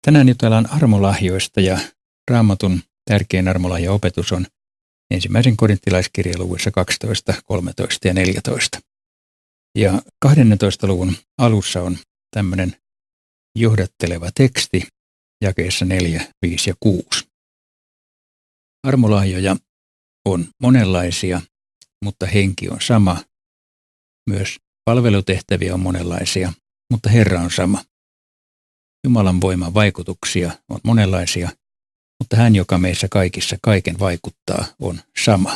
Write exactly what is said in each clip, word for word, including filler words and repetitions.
Tänään jutellaan armolahjoista ja Raamatun tärkein armolahjaopetus on ensimmäisen korinttilaiskirjan luvuissa kaksitoista, kolmetoista ja neljätoista. Ja kahdentoista luvun alussa on tämmöinen johdatteleva teksti jakeissa neljä, viisi ja kuusi. Armolahjoja on monenlaisia, mutta henki on sama. Myös palvelutehtäviä on monenlaisia, mutta Herra on sama. Jumalan voiman vaikutuksia on monenlaisia, mutta hän, joka meissä kaikissa kaiken vaikuttaa, on sama.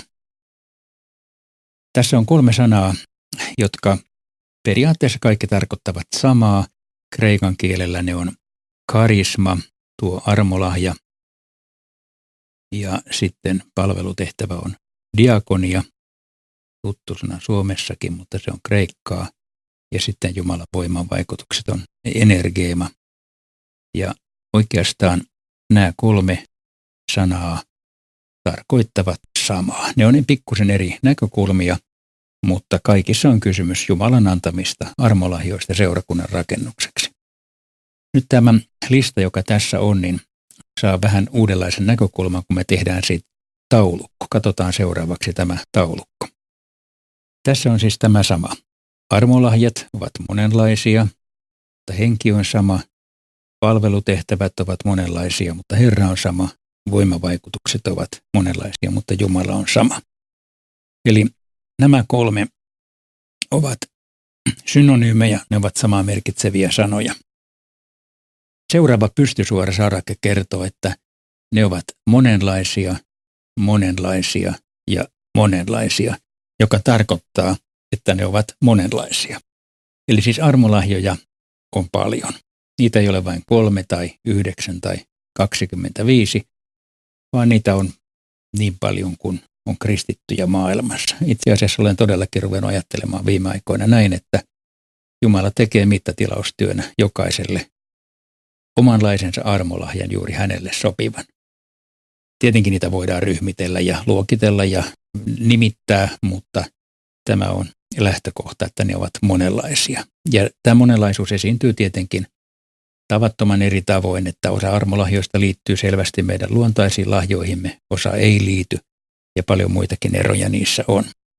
Tässä on kolme sanaa, jotka periaatteessa kaikki tarkoittavat samaa. Kreikan kielellä ne on karisma, tuo armolahja, ja sitten palvelutehtävä on diakonia, tuttu sana Suomessakin, mutta se on kreikkaa, ja sitten Jumalan voiman vaikutukset on energeema. Ja oikeastaan nämä kolme sanaa tarkoittavat samaa. Ne on pikkusen eri näkökulmia, mutta kaikissa on kysymys Jumalan antamista armolahjoista seurakunnan rakennukseksi. Nyt tämä lista, joka tässä on, niin saa vähän uudenlaisen näkökulman, kun me tehdään siitä taulukko. Katsotaan seuraavaksi tämä taulukko. Tässä on siis tämä sama. Armolahjat ovat monenlaisia, mutta henki on sama. Palvelutehtävät ovat monenlaisia, mutta Herra on sama. Voimavaikutukset ovat monenlaisia, mutta Jumala on sama. Eli nämä kolme ovat synonyymejä, ne ovat samaa merkitseviä sanoja. Seuraava pystysuora sarake kertoo, että ne ovat monenlaisia, monenlaisia ja monenlaisia, joka tarkoittaa, että ne ovat monenlaisia. Eli siis armolahjoja on paljon. Niitä ei ole vain kolme tai yhdeksän tai kaksikymmentäviisi, vaan niitä on niin paljon kuin on kristittyjä maailmassa. Itse asiassa olen todellakin ruvennut ajattelemaan viime aikoina näin, että Jumala tekee mittatilaustyönä jokaiselle omanlaisensa armolahjan juuri hänelle sopivan. Tietenkin niitä voidaan ryhmitellä ja luokitella ja nimittää, mutta tämä on lähtökohta, että ne ovat monenlaisia. Ja tämä monenlaisuus esiintyy tietenkin tavattoman eri tavoin, että osa armolahjoista liittyy selvästi meidän luontaisiin lahjoihimme, osa ei liity ja paljon muitakin eroja niissä on.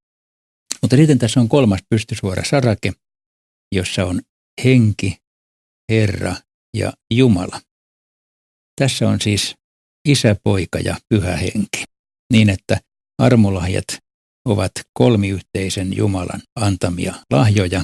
Mutta sitten tässä on kolmas pystysuora sarake, jossa on henki, Herra ja Jumala. Tässä on siis Isä, Poika ja Pyhä Henki, niin että armolahjat ovat kolmiyhteisen Jumalan antamia lahjoja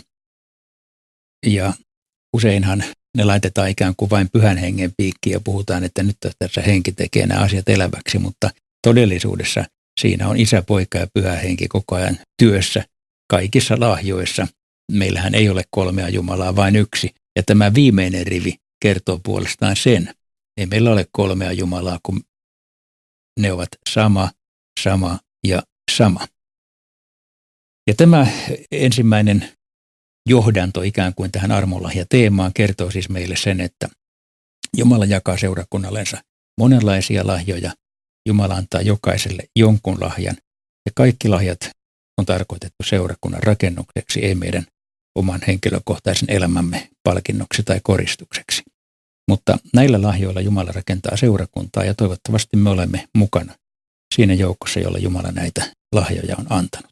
ja useinhan ne laitetaan ikään kuin vain Pyhän Hengen piikkiin ja puhutaan, että nyt tässä henki tekee nämä asiat eläväksi, mutta todellisuudessa siinä on Isä, Poika ja Pyhä Henki koko ajan työssä kaikissa lahjoissa. Meillähän ei ole kolmea Jumalaa, vain yksi. Ja tämä viimeinen rivi kertoo puolestaan sen. Ei meillä ole kolmea Jumalaa, kun ne ovat sama, sama ja sama. Ja tämä ensimmäinen johdanto ikään kuin tähän armolahjateemaan kertoo siis meille sen, että Jumala jakaa seurakunnallensa monenlaisia lahjoja. Jumala antaa jokaiselle jonkun lahjan ja kaikki lahjat on tarkoitettu seurakunnan rakennukseksi, ei meidän oman henkilökohtaisen elämämme palkinnoksi tai koristukseksi. Mutta näillä lahjoilla Jumala rakentaa seurakuntaa ja toivottavasti me olemme mukana siinä joukossa, jolla Jumala näitä lahjoja on antanut.